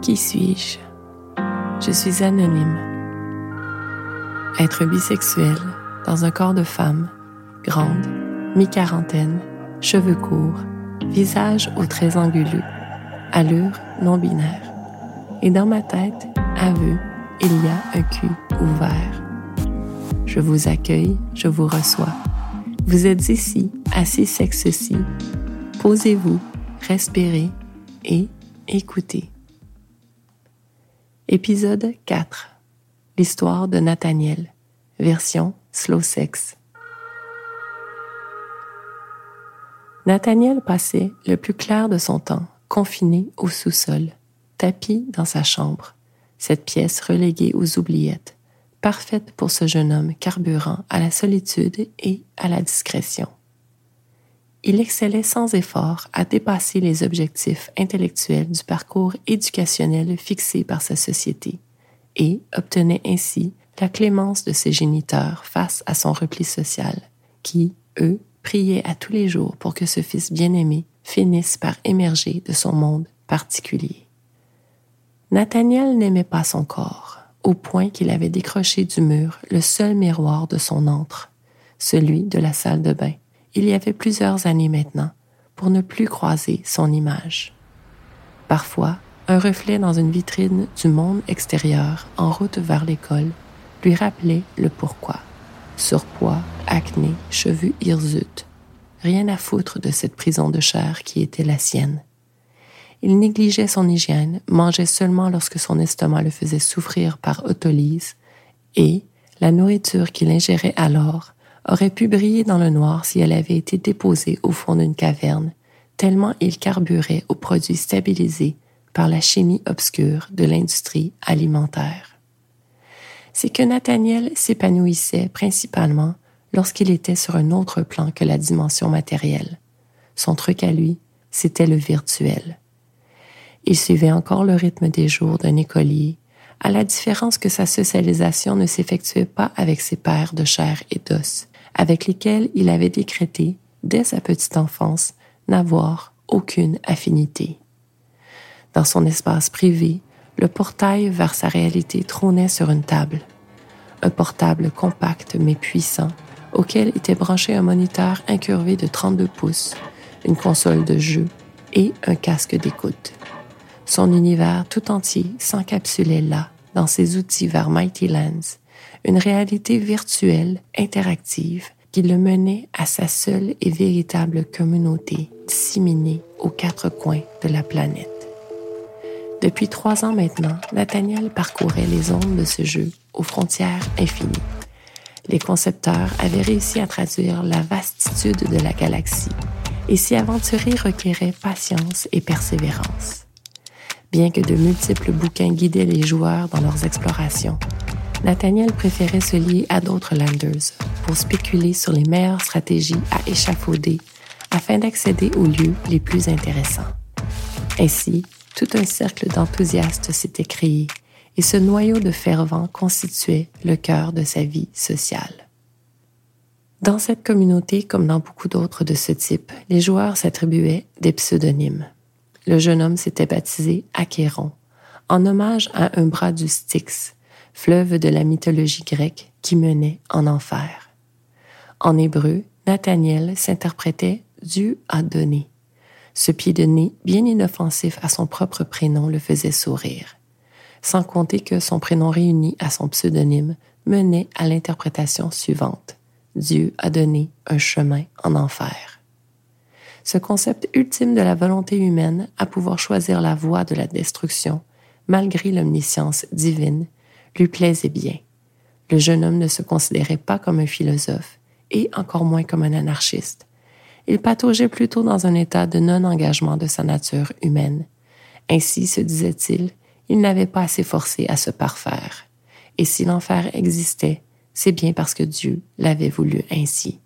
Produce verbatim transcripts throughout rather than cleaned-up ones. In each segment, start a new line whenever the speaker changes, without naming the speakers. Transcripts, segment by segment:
Qui suis-je? Je suis anonyme. Être bisexuel, dans un corps de femme, grande, mi-quarantaine, cheveux courts, visage aux traits anguleux, allure non-binaire. Et dans ma tête, aveu, il y a un cul ouvert. Je vous accueille, je vous reçois. Vous êtes ici, assis sexe-ci. Posez-vous, respirez et écoutez. Épisode quatre. L'histoire de Nathaniel. Version slow sex. Nathaniel passait le plus clair de son temps, confiné au sous-sol, tapi dans sa chambre, cette pièce reléguée aux oubliettes, parfaite pour ce jeune homme carburant à la solitude et à la discrétion. Il excellait sans effort à dépasser les objectifs intellectuels du parcours éducationnel fixé par sa société et obtenait ainsi la clémence de ses géniteurs face à son repli social, qui, eux, priaient à tous les jours pour que ce fils bien-aimé finisse par émerger de son monde particulier. Nathaniel n'aimait pas son corps, au point qu'il avait décroché du mur le seul miroir de son antre, celui de la salle de bain, il y avait plusieurs années maintenant, pour ne plus croiser son image. Parfois, un reflet dans une vitrine du monde extérieur en route vers l'école lui rappelait le pourquoi. Surpoids, acné, cheveux hirsutes. Rien à foutre de cette prison de chair qui était la sienne. Il négligeait son hygiène, mangeait seulement lorsque son estomac le faisait souffrir par autolyse et la nourriture qu'il ingérait alors aurait pu briller dans le noir si elle avait été déposée au fond d'une caverne, tellement il carburait aux produits stabilisés par la chimie obscure de l'industrie alimentaire. C'est que Nathaniel s'épanouissait principalement lorsqu'il était sur un autre plan que la dimension matérielle. Son truc à lui, c'était le virtuel. Il suivait encore le rythme des jours d'un écolier, à la différence que sa socialisation ne s'effectuait pas avec ses pairs de chair et d'os, avec lesquels il avait décrété, dès sa petite enfance, n'avoir aucune affinité. Dans son espace privé, le portail vers sa réalité trônait sur une table. Un portable compact mais puissant, auquel était branché un moniteur incurvé de trente-deux pouces, une console de jeu et un casque d'écoute. Son univers tout entier s'encapsulait là, dans ses outils vers Mighty Lands, une réalité virtuelle, interactive, qui le menait à sa seule et véritable communauté disséminée aux quatre coins de la planète. Depuis trois ans maintenant, Nathaniel parcourait les ondes de ce jeu aux frontières infinies. Les concepteurs avaient réussi à traduire la vastitude de la galaxie et s'y aventurer requérait patience et persévérance. Bien que de multiples bouquins guidaient les joueurs dans leurs explorations, Nathaniel préférait se lier à d'autres Landers pour spéculer sur les meilleures stratégies à échafauder afin d'accéder aux lieux les plus intéressants. Ainsi, tout un cercle d'enthousiastes s'était créé et ce noyau de fervents constituait le cœur de sa vie sociale. Dans cette communauté, comme dans beaucoup d'autres de ce type, les joueurs s'attribuaient des pseudonymes. Le jeune homme s'était baptisé Achéron, en hommage à un bras du Styx, fleuve de la mythologie grecque qui menait en enfer. En hébreu, Nathaniel s'interprétait « Dieu a donné ». Ce pied de nez bien inoffensif à son propre prénom le faisait sourire. Sans compter que son prénom réuni à son pseudonyme menait à l'interprétation suivante. Dieu a donné un chemin en enfer. Ce concept ultime de la volonté humaine à pouvoir choisir la voie de la destruction, malgré l'omniscience divine, lui plaisait bien. Le jeune homme ne se considérait pas comme un philosophe et encore moins comme un anarchiste. Il pataugeait plutôt dans un état de non-engagement de sa nature humaine. Ainsi, se disait-il, il n'avait pas à s'efforcer à se parfaire. Et si l'enfer existait, c'est bien parce que Dieu l'avait voulu ainsi.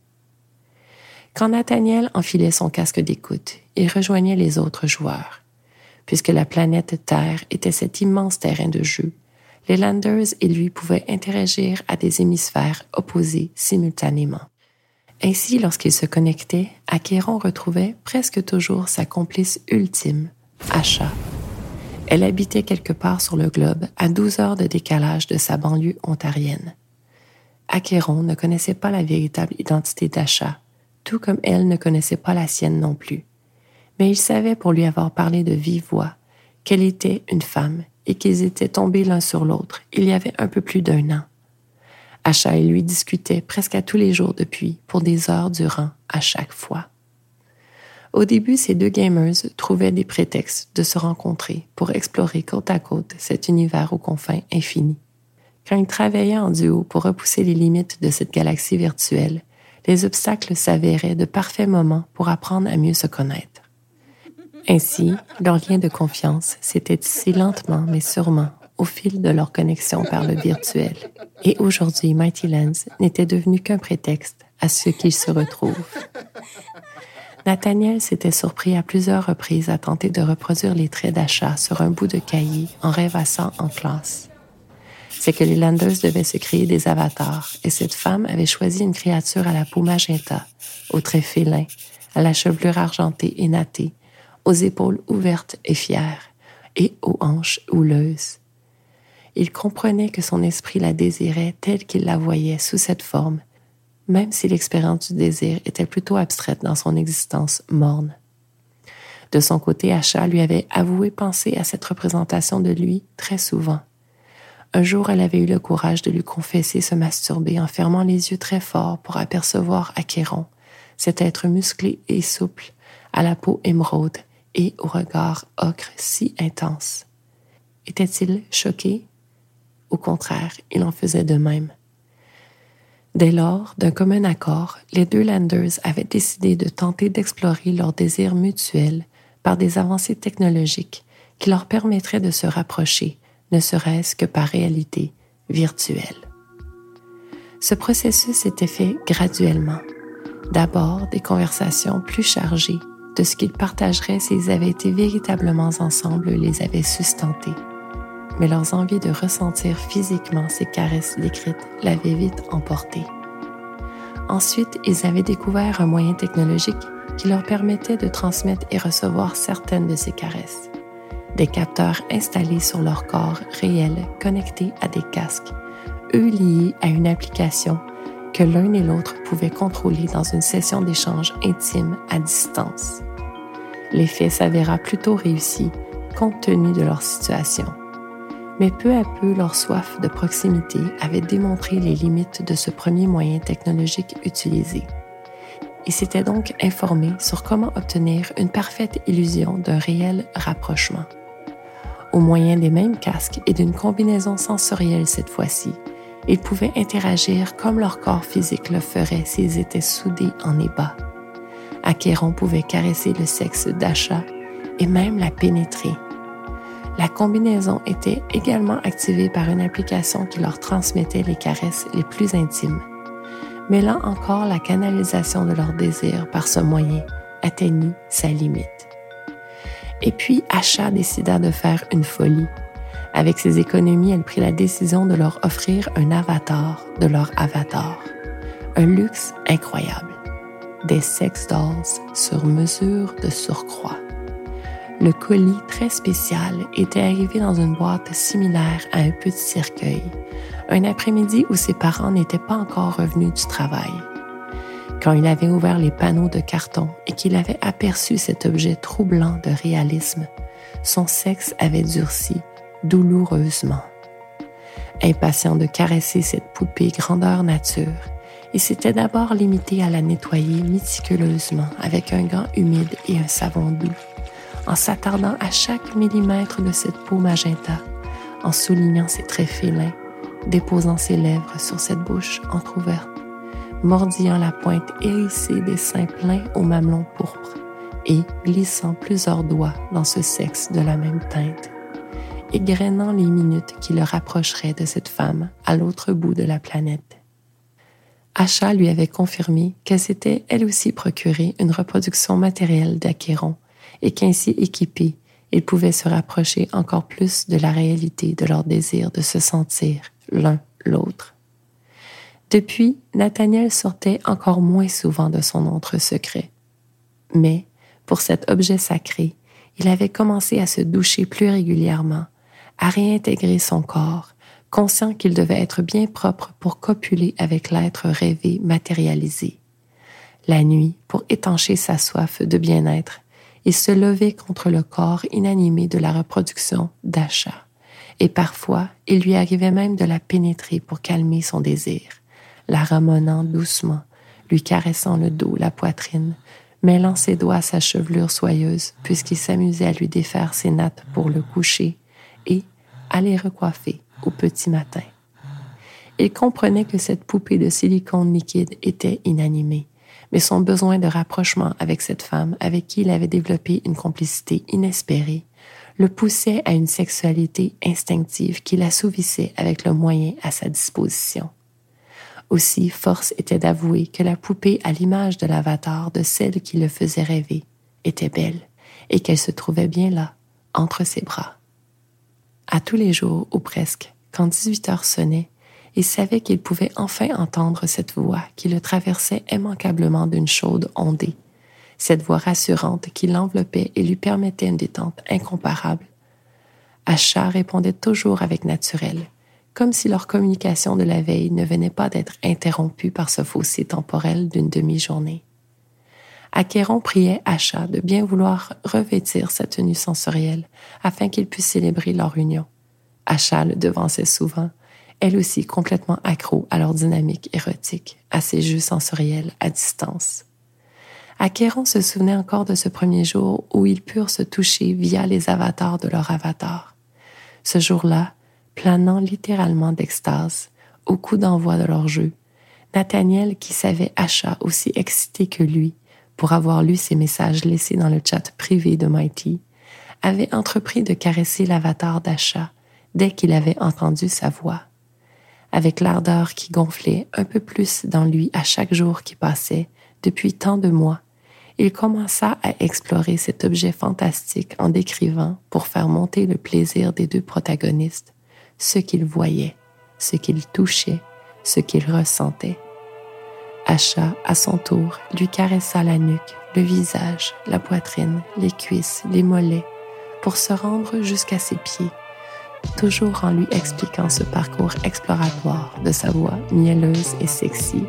Quand Nathaniel enfilait son casque d'écoute, il rejoignait les autres joueurs. Puisque la planète Terre était cet immense terrain de jeu, les Landers et lui pouvaient interagir à des hémisphères opposés simultanément. Ainsi, lorsqu'ils se connectaient, Achéron retrouvait presque toujours sa complice ultime, Asha. Elle habitait quelque part sur le globe, à douze heures de décalage de sa banlieue ontarienne. Achéron ne connaissait pas la véritable identité d'Asha, tout comme elle ne connaissait pas la sienne non plus. Mais il savait, pour lui avoir parlé de vive voix, qu'elle était une femme et qu'ils étaient tombés l'un sur l'autre il y avait un peu plus d'un an. Asha et lui discutaient presque à tous les jours depuis, pour des heures durant, à chaque fois. Au début, ces deux gamers trouvaient des prétextes de se rencontrer pour explorer côte à côte cet univers aux confins infinis. Quand ils travaillaient en duo pour repousser les limites de cette galaxie virtuelle, les obstacles s'avéraient de parfaits moments pour apprendre à mieux se connaître. Ainsi, leur lien de confiance s'était tissé lentement mais sûrement au fil de leur connexion par le virtuel. Et aujourd'hui, Mighty Lands n'était devenu qu'un prétexte à ce qu'ils se retrouvent. Nathaniel s'était surpris à plusieurs reprises à tenter de reproduire les traits d'Asha sur un bout de cahier en rêvassant en classe. C'est que les Landers devaient se créer des avatars et cette femme avait choisi une créature à la peau magenta, aux traits félins, à la chevelure argentée et nattée, aux épaules ouvertes et fières et aux hanches houleuses. Il comprenait que son esprit la désirait telle qu'il la voyait sous cette forme, même si l'expérience du désir était plutôt abstraite dans son existence morne. De son côté, Asha lui avait avoué penser à cette représentation de lui très souvent. Un jour, elle avait eu le courage de lui confesser se masturber en fermant les yeux très fort pour apercevoir Achéron, cet être musclé et souple, à la peau émeraude et au regard ocre si intense. Était-il choqué? Au contraire, il en faisait de même. Dès lors, d'un commun accord, les deux Landers avaient décidé de tenter d'explorer leurs désirs mutuels par des avancées technologiques qui leur permettraient de se rapprocher, ne serait-ce que par réalité virtuelle. Ce processus s'était fait graduellement. D'abord, des conversations plus chargées de ce qu'ils partageraient s'ils avaient été véritablement ensemble les avaient sustentés. Mais leurs envies de ressentir physiquement ces caresses décrites l'avaient vite emporté. Ensuite, ils avaient découvert un moyen technologique qui leur permettait de transmettre et recevoir certaines de ces caresses. Des capteurs installés sur leur corps réel connectés à des casques, eux liés à une application que l'un et l'autre pouvaient contrôler dans une session d'échange intime à distance. L'effet s'avéra plutôt réussi compte tenu de leur situation. Mais peu à peu, leur soif de proximité avait démontré les limites de ce premier moyen technologique utilisé. Ils s'étaient donc informés sur comment obtenir une parfaite illusion d'un réel rapprochement. Au moyen des mêmes casques et d'une combinaison sensorielle cette fois-ci, ils pouvaient interagir comme leur corps physique le ferait s'ils étaient soudés en ébat. Achéron pouvait caresser le sexe d'Asha et même la pénétrer. La combinaison était également activée par une application qui leur transmettait les caresses les plus intimes. Mais là encore, la canalisation de leur désir par ce moyen atteignit sa limite. Et puis, Asha décida de faire une folie. Avec ses économies, elle prit la décision de leur offrir un avatar de leur avatar. Un luxe incroyable. Des sex dolls sur mesure de surcroît. Le colis très spécial était arrivé dans une boîte similaire à un petit cercueil, un après-midi où ses parents n'étaient pas encore revenus du travail. Quand il avait ouvert les panneaux de carton et qu'il avait aperçu cet objet troublant de réalisme, son sexe avait durci douloureusement. Impatient de caresser cette poupée grandeur nature, il s'était d'abord limité à la nettoyer méticuleusement avec un gant humide et un savon doux, en s'attardant à chaque millimètre de cette peau magenta, en soulignant ses traits félins, déposant ses lèvres sur cette bouche entr'ouverte, mordillant la pointe hérissée des seins pleins aux mamelons pourpres et glissant plusieurs doigts dans ce sexe de la même teinte, égrenant les minutes qui le rapprocheraient de cette femme à l'autre bout de la planète. Asha lui avait confirmé qu'elle s'était elle aussi procuré une reproduction matérielle d'Achéron et qu'ainsi équipés, ils pouvaient se rapprocher encore plus de la réalité de leur désir de se sentir l'un l'autre. Depuis, Nathaniel sortait encore moins souvent de son antre secret. Mais, pour cet objet sacré, Il avait commencé à se doucher plus régulièrement, à réintégrer son corps, conscient qu'il devait être bien propre pour copuler avec l'être rêvé matérialisé. La nuit, pour étancher sa soif de bien-être, il se levait contre le corps inanimé de la reproduction d'Asha, et parfois il lui arrivait même de la pénétrer pour calmer son désir, la ramonant doucement, lui caressant le dos, la poitrine, mêlant ses doigts à sa chevelure soyeuse puisqu'il s'amusait à lui défaire ses nattes pour le coucher et à les recoiffer au petit matin. Il comprenait que cette poupée de silicone liquide était inanimée, mais son besoin de rapprochement avec cette femme avec qui il avait développé une complicité inespérée le poussait à une sexualité instinctive qui l'assouvissait avec le moyen à sa disposition. Aussi, force était d'avouer que la poupée à l'image de l'avatar de celle qui le faisait rêver était belle et qu'elle se trouvait bien là, entre ses bras. À tous les jours, ou presque, quand dix-huit heures sonnaient, il savait qu'il pouvait enfin entendre cette voix qui le traversait immanquablement d'une chaude ondée, cette voix rassurante qui l'enveloppait et lui permettait une détente incomparable. Asha répondait toujours avec naturel, comme si leur communication de la veille ne venait pas d'être interrompue par ce fossé temporel d'une demi-journée. Achéron priait Asha de bien vouloir revêtir sa tenue sensorielle afin qu'ils puissent célébrer leur union. Asha le devançait souvent, elle aussi complètement accro à leur dynamique érotique, à ses jeux sensoriels à distance. Achéron se souvenait encore de ce premier jour où ils purent se toucher via les avatars de leur avatar. Ce jour-là, planant littéralement d'extase, au coup d'envoi de leur jeu, Nathaniel, qui savait Asha aussi excité que lui, pour avoir lu ses messages laissés dans le chat privé de Mighty, avait entrepris de caresser l'avatar d'Asha dès qu'il avait entendu sa voix. Avec l'ardeur qui gonflait un peu plus dans lui à chaque jour qui passait, depuis tant de mois, il commença à explorer cet objet fantastique en décrivant, pour faire monter le plaisir des deux protagonistes, ce qu'ils voyaient, ce qu'ils touchaient, ce qu'ils ressentaient. Asha, à son tour, lui caressa la nuque, le visage, la poitrine, les cuisses, les mollets, pour se rendre jusqu'à ses pieds, toujours en lui expliquant ce parcours exploratoire de sa voix mielleuse et sexy.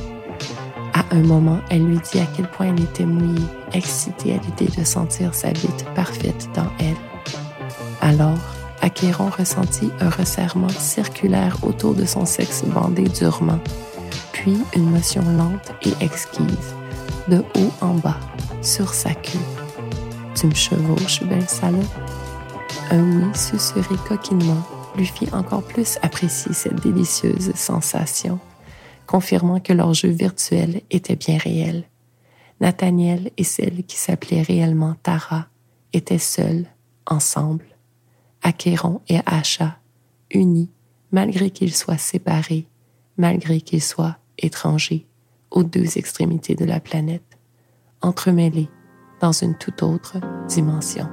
À un moment, elle lui dit à quel point elle était mouillée, excitée à l'idée de sentir sa bite parfaite dans elle. Alors, Achéron ressentit un resserrement circulaire autour de son sexe bandé durement, puis une motion lente et exquise, de haut en bas, sur sa queue. « Tu me chevauches, belle salope ?» Un oui susurré coquinement lui fit encore plus apprécier cette délicieuse sensation, confirmant que leur jeu virtuel était bien réel. Nathaniel et celle qui s'appelait réellement Tara étaient seuls, ensemble. Achéron et Asha, unis, malgré qu'ils soient séparés, malgré qu'ils soient étrangers, aux deux extrémités de la planète, entremêlés dans une toute autre dimension.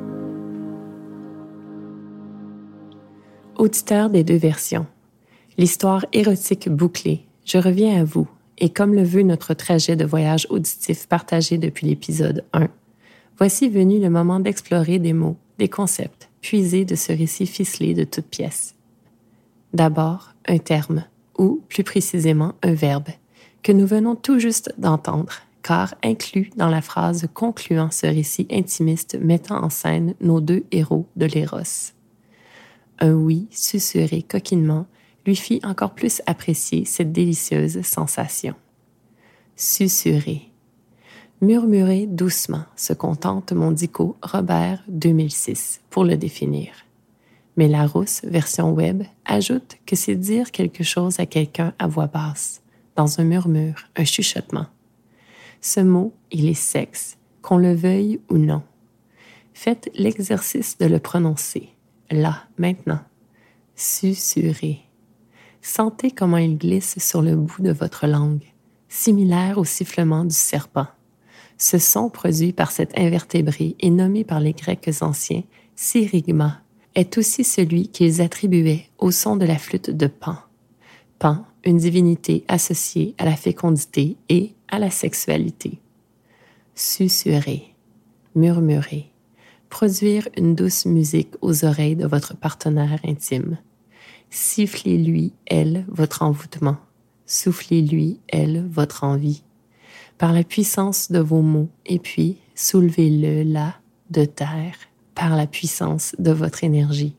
Auditeurs des deux versions, l'histoire érotique bouclée, je reviens à vous, et comme le veut notre trajet de voyage auditif partagé depuis l'épisode un, voici venu le moment d'explorer des mots, des concepts, puisés de ce récit ficelé de toutes pièces. D'abord, un terme, ou plus précisément un verbe, que nous venons tout juste d'entendre, car inclus dans la phrase concluant ce récit intimiste mettant en scène nos deux héros de l'Éros. Un oui susurré coquinement lui fit encore plus apprécier cette délicieuse sensation. Susurrer. Murmurer doucement, se contente mon dico Robert deux mille six pour le définir. Mais Larousse, version web, ajoute que c'est dire quelque chose à quelqu'un à voix basse, dans un murmure, un chuchotement. Ce mot, il est sexe, qu'on le veuille ou non. Faites l'exercice de le prononcer. Là, maintenant. Susurrer. Sentez comment il glisse sur le bout de votre langue, similaire au sifflement du serpent. Ce son produit par cet invertébré et nommé par les Grecs anciens syrigma est aussi celui qu'ils attribuaient au son de la flûte de Pan. Pan, une divinité associée à la fécondité et à la sexualité. Susurrer, murmurer. Produire une douce musique aux oreilles de votre partenaire intime. Sifflez-lui, elle, votre envoûtement. Soufflez-lui, elle, votre envie. Par la puissance de vos mots, et puis soulevez-le là, de terre, par la puissance de votre énergie.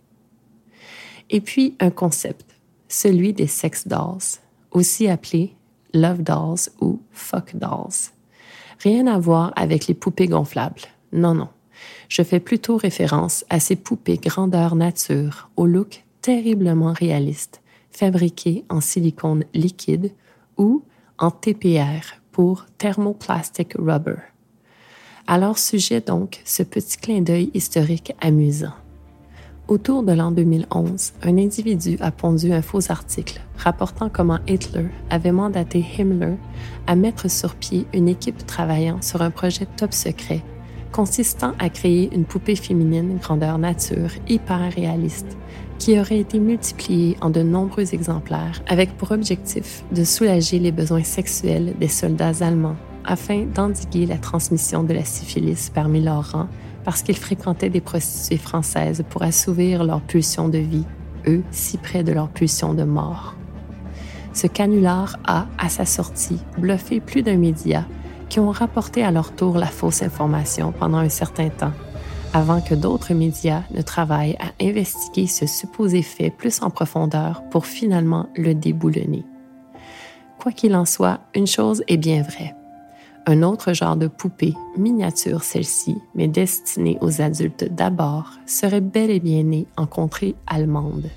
Et puis un concept, celui des sex dolls, aussi appelés love dolls ou fuck dolls. Rien à voir avec les poupées gonflables. Non, non. Je fais plutôt référence à ces poupées grandeur nature, au look terriblement réaliste, fabriquées en silicone liquide ou en T P R pour thermoplastic rubber. À leur sujet donc, ce petit clin d'œil historique amusant. Autour de l'an deux mille onze, un individu a pondu un faux article rapportant comment Hitler avait mandaté Himmler à mettre sur pied une équipe travaillant sur un projet top secret consistant à créer une poupée féminine grandeur nature hyper réaliste qui aurait été multipliée en de nombreux exemplaires avec pour objectif de soulager les besoins sexuels des soldats allemands afin d'endiguer la transmission de la syphilis parmi leurs rangs parce qu'ils fréquentaient des prostituées françaises pour assouvir leur pulsion de vie, eux si près de leur pulsion de mort. Ce canular a, à sa sortie, bluffé plus d'un média qui ont rapporté à leur tour la fausse information pendant un certain temps, avant que d'autres médias ne travaillent à investiguer ce supposé fait plus en profondeur pour finalement le déboulonner. Quoi qu'il en soit, une chose est bien vraie. Un autre genre de poupée, miniature celle-ci, mais destinée aux adultes d'abord, serait bel et bien née en contrée allemande.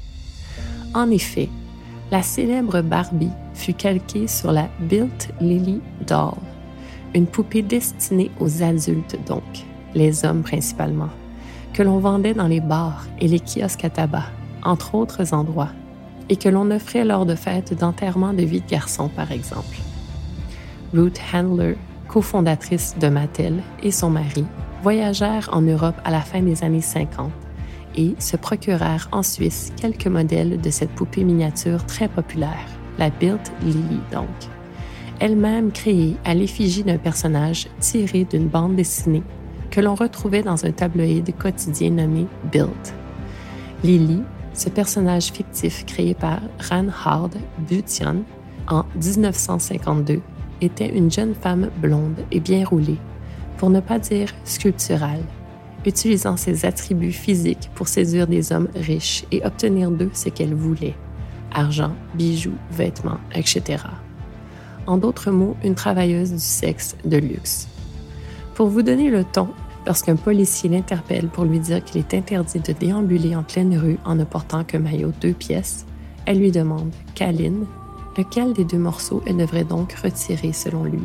En effet, la célèbre Barbie fut calquée sur la Built Lily Doll, une poupée destinée aux adultes donc, les hommes principalement, que l'on vendait dans les bars et les kiosques à tabac, entre autres endroits, et que l'on offrait lors de fêtes d'enterrement de vie de garçon par exemple. Ruth Handler, cofondatrice de Mattel, et son mari voyagèrent en Europe à la fin des années cinquante et se procurèrent en Suisse quelques modèles de cette poupée miniature très populaire, la Built Lily donc, elle-même créée à l'effigie d'un personnage tiré d'une bande dessinée que l'on retrouvait dans un tabloïd quotidien nommé Built. Lily, ce personnage fictif créé par Reinhard Bütchen en dix-neuf cent cinquante-deux, était une jeune femme blonde et bien roulée, pour ne pas dire sculpturale, utilisant ses attributs physiques pour séduire des hommes riches et obtenir d'eux ce qu'elle voulait, argent, bijoux, vêtements, et cetera. En d'autres mots, une travailleuse du sexe de luxe. Pour vous donner le ton, lorsqu'un policier l'interpelle pour lui dire qu'il est interdit de déambuler en pleine rue en ne portant qu'un maillot deux pièces, elle lui demande, câline, lequel des deux morceaux elle devrait donc retirer selon lui.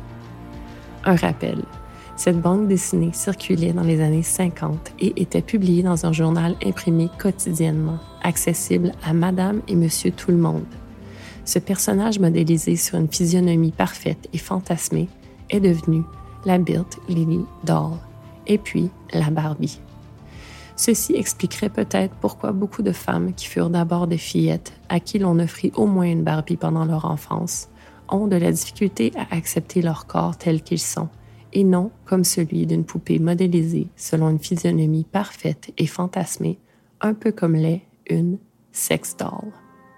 Un rappel, cette bande dessinée circulait dans les années cinquante et était publiée dans un journal imprimé quotidiennement, accessible à Madame et Monsieur Tout-le-Monde. Ce personnage modélisé sur une physionomie parfaite et fantasmée est devenu la Built Lily Doll, et puis la Barbie. Ceci expliquerait peut-être pourquoi beaucoup de femmes qui furent d'abord des fillettes, à qui l'on offrit au moins une Barbie pendant leur enfance, ont de la difficulté à accepter leur corps tels qu'ils sont, et non comme celui d'une poupée modélisée selon une physionomie parfaite et fantasmée, un peu comme l'est une sex doll.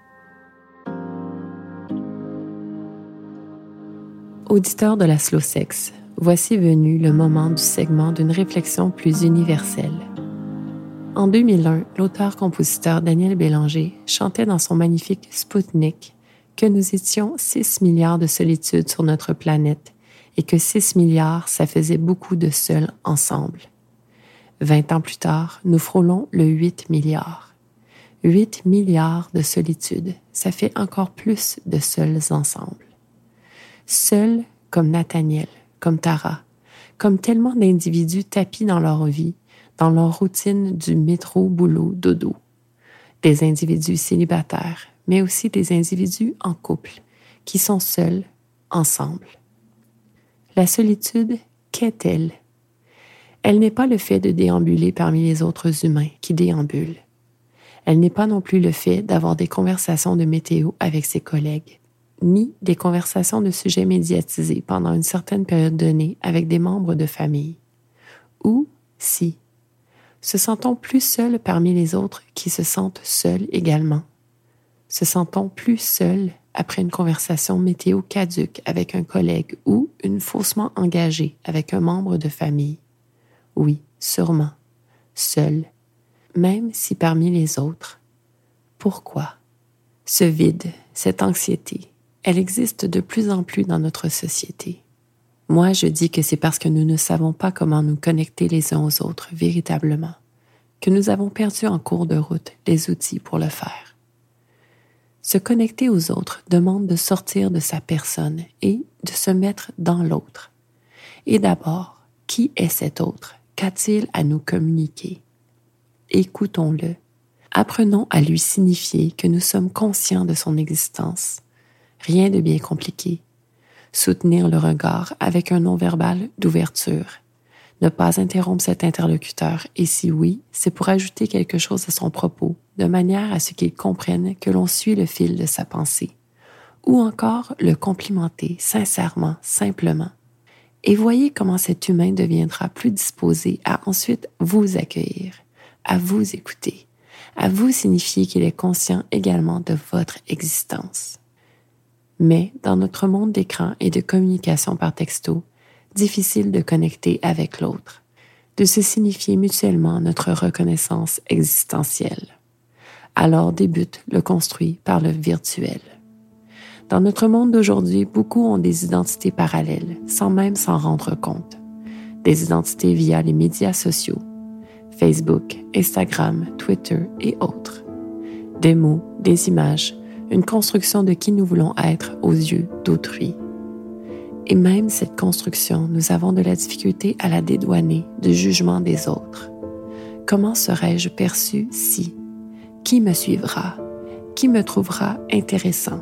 Auditeurs de la Slow Sex, voici venu le moment du segment d'une réflexion plus universelle. En deux mille un, l'auteur-compositeur Daniel Bélanger chantait dans son magnifique Spoutnik que nous étions six milliards de solitudes sur notre planète et que six milliards, ça faisait beaucoup de seuls ensemble. Vingt ans plus tard, nous frôlons le huit milliards. Huit milliards de solitudes, ça fait encore plus de seuls ensemble. Seuls comme Nathaniel, comme Tara, comme tellement d'individus tapis dans leur vie, dans leur routine du métro, boulot, dodo. Des individus célibataires, mais aussi des individus en couple, qui sont seuls, ensemble. La solitude, qu'est-elle? Elle n'est pas le fait de déambuler parmi les autres humains qui déambulent. Elle n'est pas non plus le fait d'avoir des conversations de météo avec ses collègues, ni des conversations de sujets médiatisés pendant une certaine période donnée avec des membres de famille. Ou, si, Se sent-on plus seul parmi les autres qui se sentent seuls également? Se sent-on plus seul après une conversation météo caduque avec un collègue ou une faussement engagée avec un membre de famille? Oui, sûrement. Seul, même si parmi les autres. Pourquoi? Ce vide, cette anxiété, elle existe de plus en plus dans notre société. Moi, je dis que c'est parce que nous ne savons pas comment nous connecter les uns aux autres véritablement, que nous avons perdu en cours de route les outils pour le faire. Se connecter aux autres demande de sortir de sa personne et de se mettre dans l'autre. Et d'abord, qui est cet autre? Qu'a-t-il à nous communiquer? Écoutons-le. Apprenons à lui signifier que nous sommes conscients de son existence. Rien de bien compliqué. Soutenir le regard avec un non-verbal d'ouverture. Ne pas interrompre cet interlocuteur et si oui, c'est pour ajouter quelque chose à son propos, de manière à ce qu'il comprenne que l'on suit le fil de sa pensée. Ou encore le complimenter sincèrement, simplement. Et voyez comment cet humain deviendra plus disposé à ensuite vous accueillir, à vous écouter, à vous signifier qu'il est conscient également de votre existence. Mais dans notre monde d'écran et de communication par texto, difficile de connecter avec l'autre, de se signifier mutuellement notre reconnaissance existentielle. Alors débute le construit par le virtuel. Dans notre monde d'aujourd'hui, beaucoup ont des identités parallèles, sans même s'en rendre compte. Des identités via les médias sociaux, Facebook, Instagram, Twitter et autres. Des mots, des images, une construction de qui nous voulons être aux yeux d'autrui. Et même cette construction, nous avons de la difficulté à la dédouaner du jugement des autres. Comment serais-je perçu si? Qui me suivra? Qui me trouvera intéressant?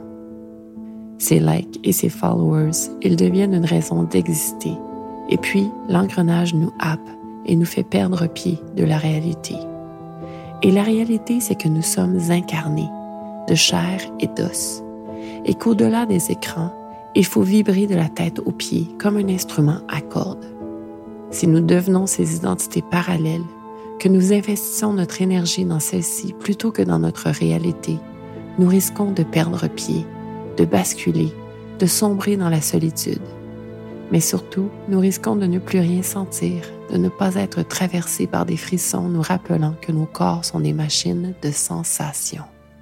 Ces likes et ces followers, ils deviennent une raison d'exister. Et puis, l'engrenage nous happe et nous fait perdre pied de la réalité. Et la réalité, c'est que nous sommes incarnés, de chair et d'os, et qu'au-delà des écrans, il faut vibrer de la tête aux pieds comme un instrument à cordes. Si nous devenons ces identités parallèles, que nous investissons notre énergie dans celle-ci plutôt que dans notre réalité, nous risquons de perdre pied, de basculer, de sombrer dans la solitude. Mais surtout, nous risquons de ne plus rien sentir, de ne pas être traversés par des frissons nous rappelant que nos corps sont des machines de sensations.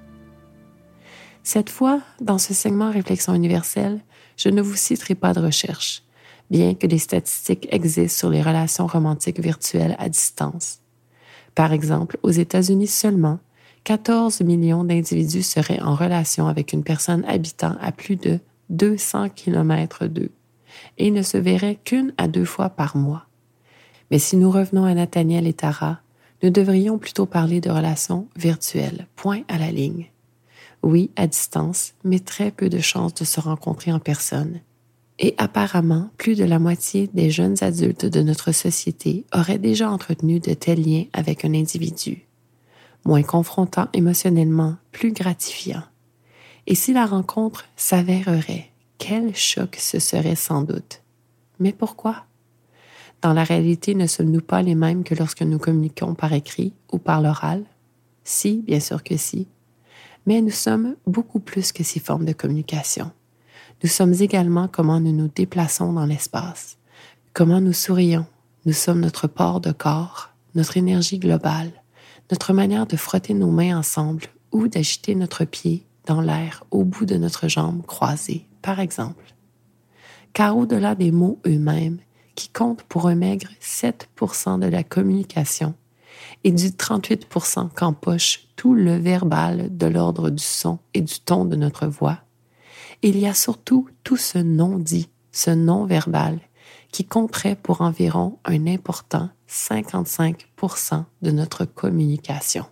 Cette fois, dans ce segment Réflexion universelle, je ne vous citerai pas de recherche, bien que des statistiques existent sur les relations romantiques virtuelles à distance. Par exemple, aux États-Unis seulement, quatorze millions d'individus seraient en relation avec une personne habitant à plus de deux cents kilomètres d'eux et ne se verraient qu'une à deux fois par mois. Mais si nous revenons à Nathaniel et Tara, nous devrions plutôt parler de relations virtuelles, point à la ligne. Oui, à distance, mais très peu de chances de se rencontrer en personne. Et apparemment, plus de la moitié des jeunes adultes de notre société auraient déjà entretenu de tels liens avec un individu. Moins confrontant émotionnellement, plus gratifiant. Et si la rencontre s'avérerait, quel choc ce serait sans doute. Mais pourquoi? Dans la réalité, ne sommes-nous pas les mêmes que lorsque nous communiquons par écrit ou par l'oral? Si, bien sûr que si. Mais nous sommes beaucoup plus que ces formes de communication. Nous sommes également comment nous nous déplaçons dans l'espace, comment nous sourions. Nous sommes notre port de corps, notre énergie globale, notre manière de frotter nos mains ensemble ou d'agiter notre pied dans l'air au bout de notre jambe croisée, par exemple. Car au-delà des mots eux-mêmes, qui comptent pour un maigre sept pour cent de la communication, et du trente-huit pour cent qu'empoche tout le verbal de l'ordre du son et du ton de notre voix, il y a surtout tout ce non-dit, ce non-verbal, qui compterait pour environ un important cinquante-cinq pour cent de notre communication.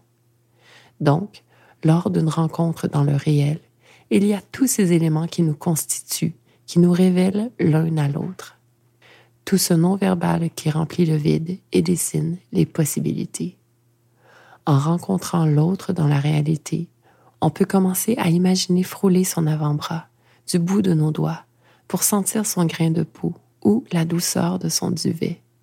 Donc, lors d'une rencontre dans le réel, il y a tous ces éléments qui nous constituent, qui nous révèlent l'un à l'autre. Tout ce non-verbal qui remplit le vide et dessine les possibilités. En rencontrant l'autre dans la réalité, on peut commencer à imaginer frôler son avant-bras du bout de nos doigts pour sentir son grain de peau ou la douceur de son duvet,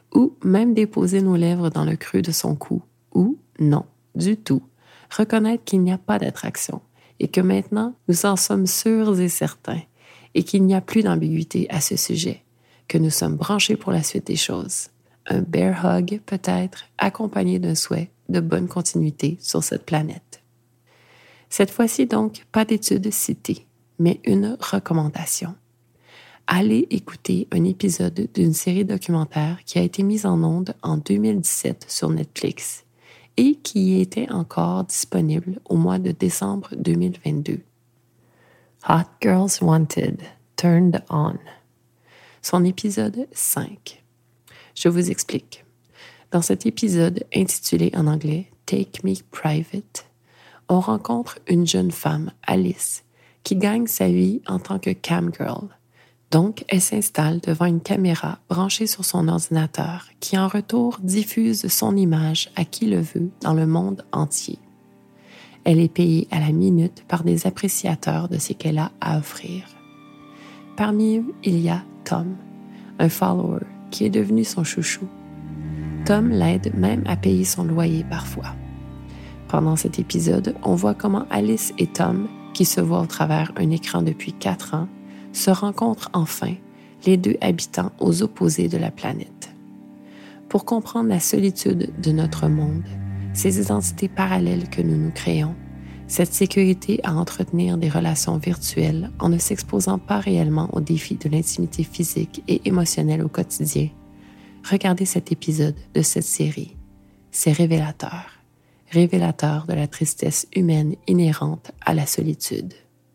ou même déposer nos lèvres dans le creux de son cou, ou non, du tout, reconnaître qu'il n'y a pas d'attraction et que maintenant nous en sommes sûrs et certains et qu'il n'y a plus d'ambiguïté à ce sujet, que nous sommes branchés pour la suite des choses. Un bear hug peut-être accompagné d'un souhait de bonne continuité sur cette planète. Cette fois-ci donc, pas d'étude citée, mais une recommandation. Allez écouter un épisode d'une série documentaire qui a été mise en ondes en deux mille dix-sept sur Netflix et qui était encore disponible au mois de décembre deux mille vingt-deux. Hot Girls Wanted, Turned On. Son épisode cinq. Je vous explique. Dans cet épisode intitulé en anglais « Take Me Private », on rencontre une jeune femme, Alice, qui gagne sa vie en tant que cam girl. Donc, elle s'installe devant une caméra branchée sur son ordinateur qui, en retour, diffuse son image à qui le veut dans le monde entier. Elle est payée à la minute par des appréciateurs de ce qu'elle a à offrir. Parmi eux, il y a Tom, un follower qui est devenu son chouchou. Tom l'aide même à payer son loyer parfois. Pendant cet épisode, on voit comment Alice et Tom, qui se voient au travers un écran depuis quatre ans, se rencontrent enfin, les deux habitants aux opposés de la planète. Pour comprendre la solitude de notre monde, ces identités parallèles que nous nous créons, cette sécurité à entretenir des relations virtuelles en ne s'exposant pas réellement aux défis de l'intimité physique et émotionnelle au quotidien, regardez cet épisode de cette série. C'est révélateur. Révélateur de la tristesse humaine inhérente à la solitude.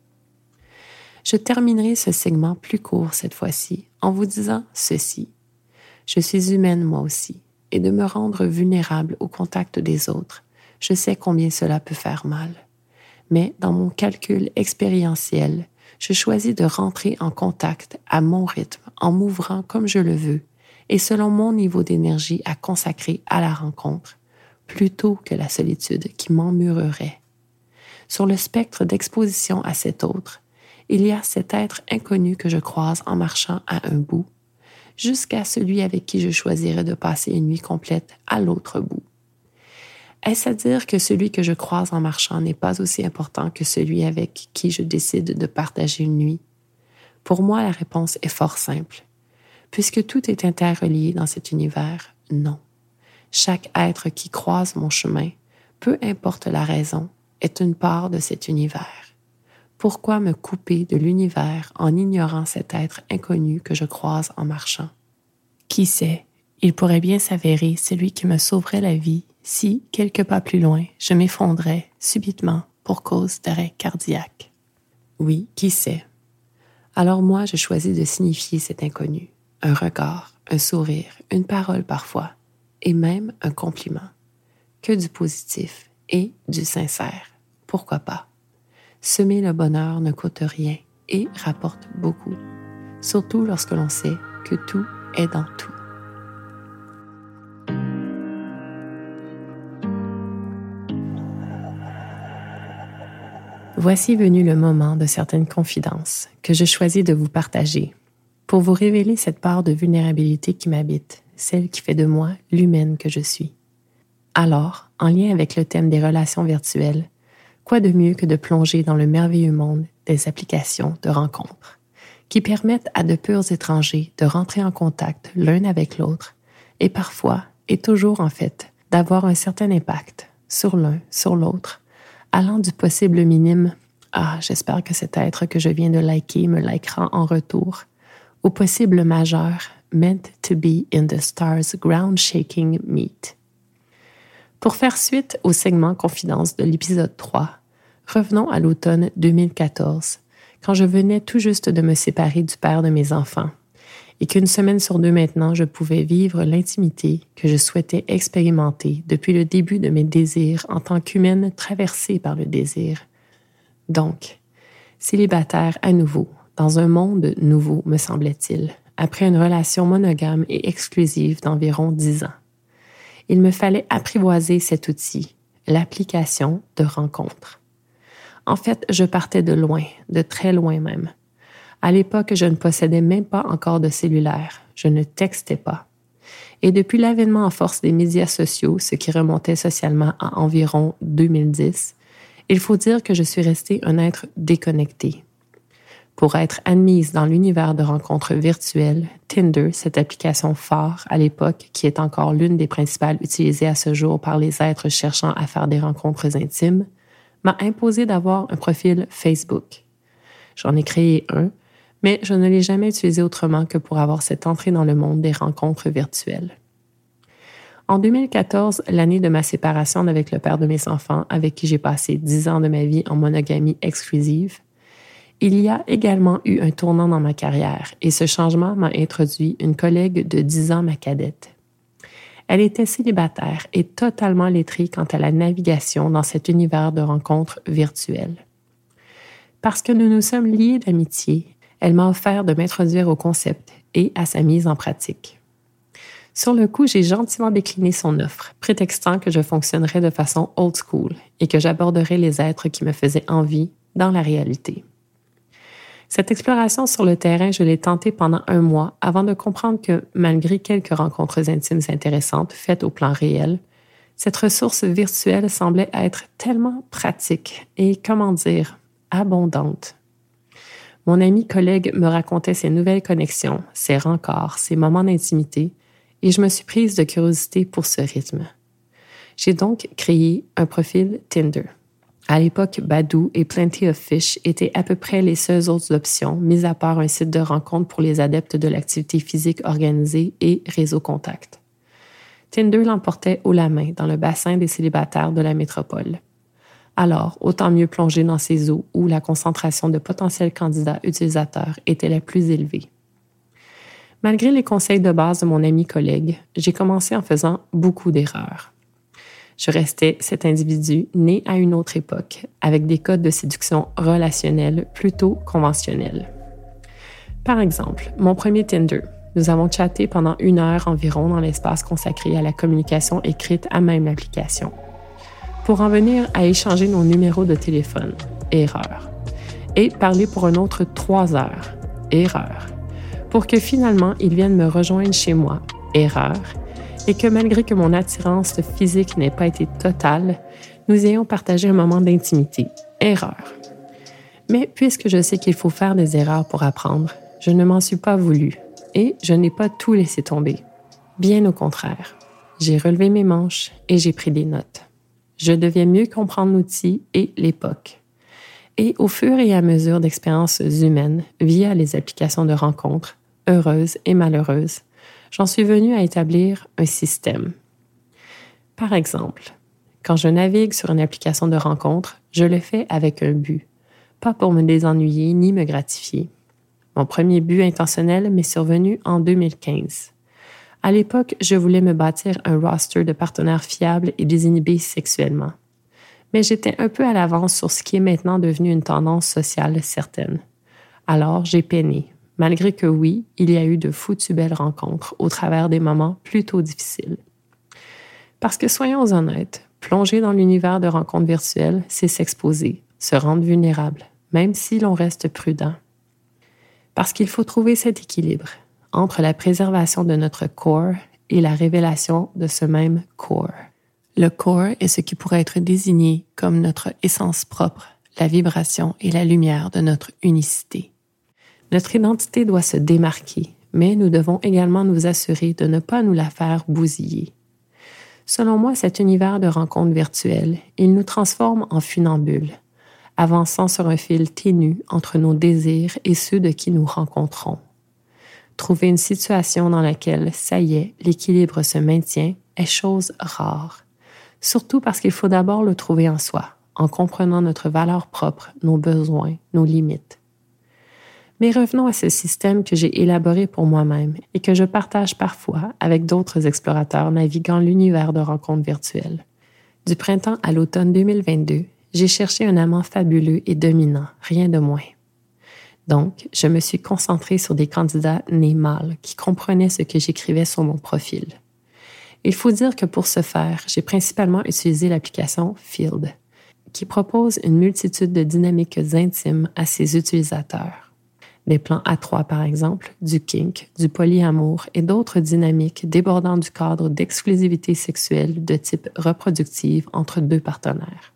Je terminerai ce segment plus court cette fois-ci en vous disant ceci. Je suis humaine moi aussi, et de me rendre vulnérable au contact des autres, je sais combien cela peut faire mal. Mais dans mon calcul expérientiel, je choisis de rentrer en contact à mon rythme, en m'ouvrant comme je le veux, et selon mon niveau d'énergie à consacrer à la rencontre, plutôt que la solitude qui m'emmurerait. Sur le spectre d'exposition à cet autre, il y a cet être inconnu que je croise en marchant à un bout, jusqu'à celui avec qui je choisirais de passer une nuit complète à l'autre bout. Est-ce à dire que celui que je croise en marchant n'est pas aussi important que celui avec qui je décide de partager une nuit? Pour moi, la réponse est fort simple. Puisque tout est interrelié dans cet univers, non. Chaque être qui croise mon chemin, peu importe la raison, est une part de cet univers. Pourquoi me couper de l'univers en ignorant cet être inconnu que je croise en marchant? Qui sait, il pourrait bien s'avérer celui qui me sauverait la vie si, quelques pas plus loin, je m'effondrais subitement pour cause d'arrêt cardiaque. Oui, qui sait? Alors moi, je choisis de signifier cet inconnu. Un regard, un sourire, une parole parfois, et même un compliment. Que du positif et du sincère. Pourquoi pas? Semer le bonheur ne coûte rien et rapporte beaucoup, surtout lorsque l'on sait que tout est dans tout. Voici venu le moment de certaines confidences que je choisis de vous partager pour vous révéler cette part de vulnérabilité qui m'habite, celle qui fait de moi l'humaine que je suis. Alors, en lien avec le thème des relations virtuelles, quoi de mieux que de plonger dans le merveilleux monde des applications de rencontres, qui permettent à de purs étrangers de rentrer en contact l'un avec l'autre, et parfois, et toujours en fait, d'avoir un certain impact sur l'un, sur l'autre, allant du possible minime « Ah, j'espère que cet être que je viens de liker me likera en retour », au possible majeur « meant to be in the stars ground-shaking meet ». Pour faire suite au segment confidence de l'épisode trois, revenons à l'automne deux mille quatorze, quand je venais tout juste de me séparer du père de mes enfants, et qu'une semaine sur deux maintenant, je pouvais vivre l'intimité que je souhaitais expérimenter depuis le début de mes désirs en tant qu'humaine traversée par le désir. Donc, célibataire à nouveau, dans un monde nouveau, me semblait-il, après une relation monogame et exclusive d'environ dix ans. Il me fallait apprivoiser cet outil, l'application de rencontre. En fait, je partais de loin, de très loin même. À l'époque, je ne possédais même pas encore de cellulaire, je ne textais pas. Et depuis l'avènement en force des médias sociaux, ce qui remontait socialement à environ deux mille dix, il faut dire que je suis restée un être déconnecté. Pour être admise dans l'univers de rencontres virtuelles, Tinder, cette application phare à l'époque qui est encore l'une des principales utilisées à ce jour par les êtres cherchant à faire des rencontres intimes, m'a imposé d'avoir un profil Facebook. J'en ai créé un, mais je ne l'ai jamais utilisé autrement que pour avoir cette entrée dans le monde des rencontres virtuelles. En deux mille quatorze, l'année de ma séparation avec le père de mes enfants, avec qui j'ai passé dix ans de ma vie en monogamie exclusive, il y a également eu un tournant dans ma carrière et ce changement m'a introduit une collègue de dix ans, ma cadette. Elle était célibataire et totalement lettrée quant à la navigation dans cet univers de rencontres virtuelles. Parce que nous nous sommes liés d'amitié, elle m'a offert de m'introduire au concept et à sa mise en pratique. Sur le coup, j'ai gentiment décliné son offre, prétextant que je fonctionnerais de façon old school et que j'aborderais les êtres qui me faisaient envie dans la réalité. Cette exploration sur le terrain, je l'ai tentée pendant un mois avant de comprendre que, malgré quelques rencontres intimes intéressantes faites au plan réel, cette ressource virtuelle semblait être tellement pratique et, comment dire, abondante. Mon ami collègue me racontait ses nouvelles connexions, ses rencarts, ses moments d'intimité, et je me suis prise de curiosité pour ce rythme. J'ai donc créé un profil Tinder. À l'époque, Badoo et Plenty of Fish étaient à peu près les seules autres options, mis à part un site de rencontre pour les adeptes de l'activité physique organisée et réseau contact. Tinder l'emportait haut la main dans le bassin des célibataires de la métropole. Alors, autant mieux plonger dans ces eaux où la concentration de potentiels candidats utilisateurs était la plus élevée. Malgré les conseils de base de mon ami collègue, j'ai commencé en faisant beaucoup d'erreurs. Je restais cet individu né à une autre époque, avec des codes de séduction relationnels plutôt conventionnels. Par exemple, mon premier Tinder. Nous avons chatté pendant une heure environ dans l'espace consacré à la communication écrite à même l'application. Pour en venir à échanger nos numéros de téléphone, erreur. Et parler pour un autre trois heures, erreur. Pour que finalement, il vienne me rejoindre chez moi, erreur. Et que malgré que mon attirance physique n'ait pas été totale, nous ayons partagé un moment d'intimité. Erreur. Mais puisque je sais qu'il faut faire des erreurs pour apprendre, je ne m'en suis pas voulu et je n'ai pas tout laissé tomber. Bien au contraire, j'ai relevé mes manches et j'ai pris des notes. Je devais mieux comprendre l'outil et l'époque. Et au fur et à mesure d'expériences humaines via les applications de rencontres, heureuses et malheureuses, j'en suis venue à établir un système. Par exemple, quand je navigue sur une application de rencontre, je le fais avec un but, pas pour me désennuyer ni me gratifier. Mon premier but intentionnel m'est survenu en deux mille quinze. À l'époque, je voulais me bâtir un roster de partenaires fiables et désinhibés sexuellement. Mais j'étais un peu à l'avance sur ce qui est maintenant devenu une tendance sociale certaine. Alors, j'ai peiné. Malgré que oui, il y a eu de foutues belles rencontres au travers des moments plutôt difficiles. Parce que soyons honnêtes, plonger dans l'univers de rencontres virtuelles, c'est s'exposer, se rendre vulnérable, même si l'on reste prudent. Parce qu'il faut trouver cet équilibre entre la préservation de notre core et la révélation de ce même core. Le core est ce qui pourrait être désigné comme notre essence propre, la vibration et la lumière de notre unicité. Notre identité doit se démarquer, mais nous devons également nous assurer de ne pas nous la faire bousiller. Selon moi, cet univers de rencontres virtuelles, il nous transforme en funambules, avançant sur un fil ténu entre nos désirs et ceux de qui nous rencontrons. Trouver une situation dans laquelle, ça y est, l'équilibre se maintient est chose rare, surtout parce qu'il faut d'abord le trouver en soi, en comprenant notre valeur propre, nos besoins, nos limites. Mais revenons à ce système que j'ai élaboré pour moi-même et que je partage parfois avec d'autres explorateurs naviguant l'univers de rencontres virtuelles. Du printemps à l'automne deux mille vingt-deux, j'ai cherché un amant fabuleux et dominant, rien de moins. Donc, je me suis concentrée sur des candidats nés mâles qui comprenaient ce que j'écrivais sur mon profil. Il faut dire que pour ce faire, j'ai principalement utilisé l'application Field, qui propose une multitude de dynamiques intimes à ses utilisateurs. Des plans à trois, par exemple, du kink, du polyamour et d'autres dynamiques débordant du cadre d'exclusivité sexuelle de type reproductive entre deux partenaires.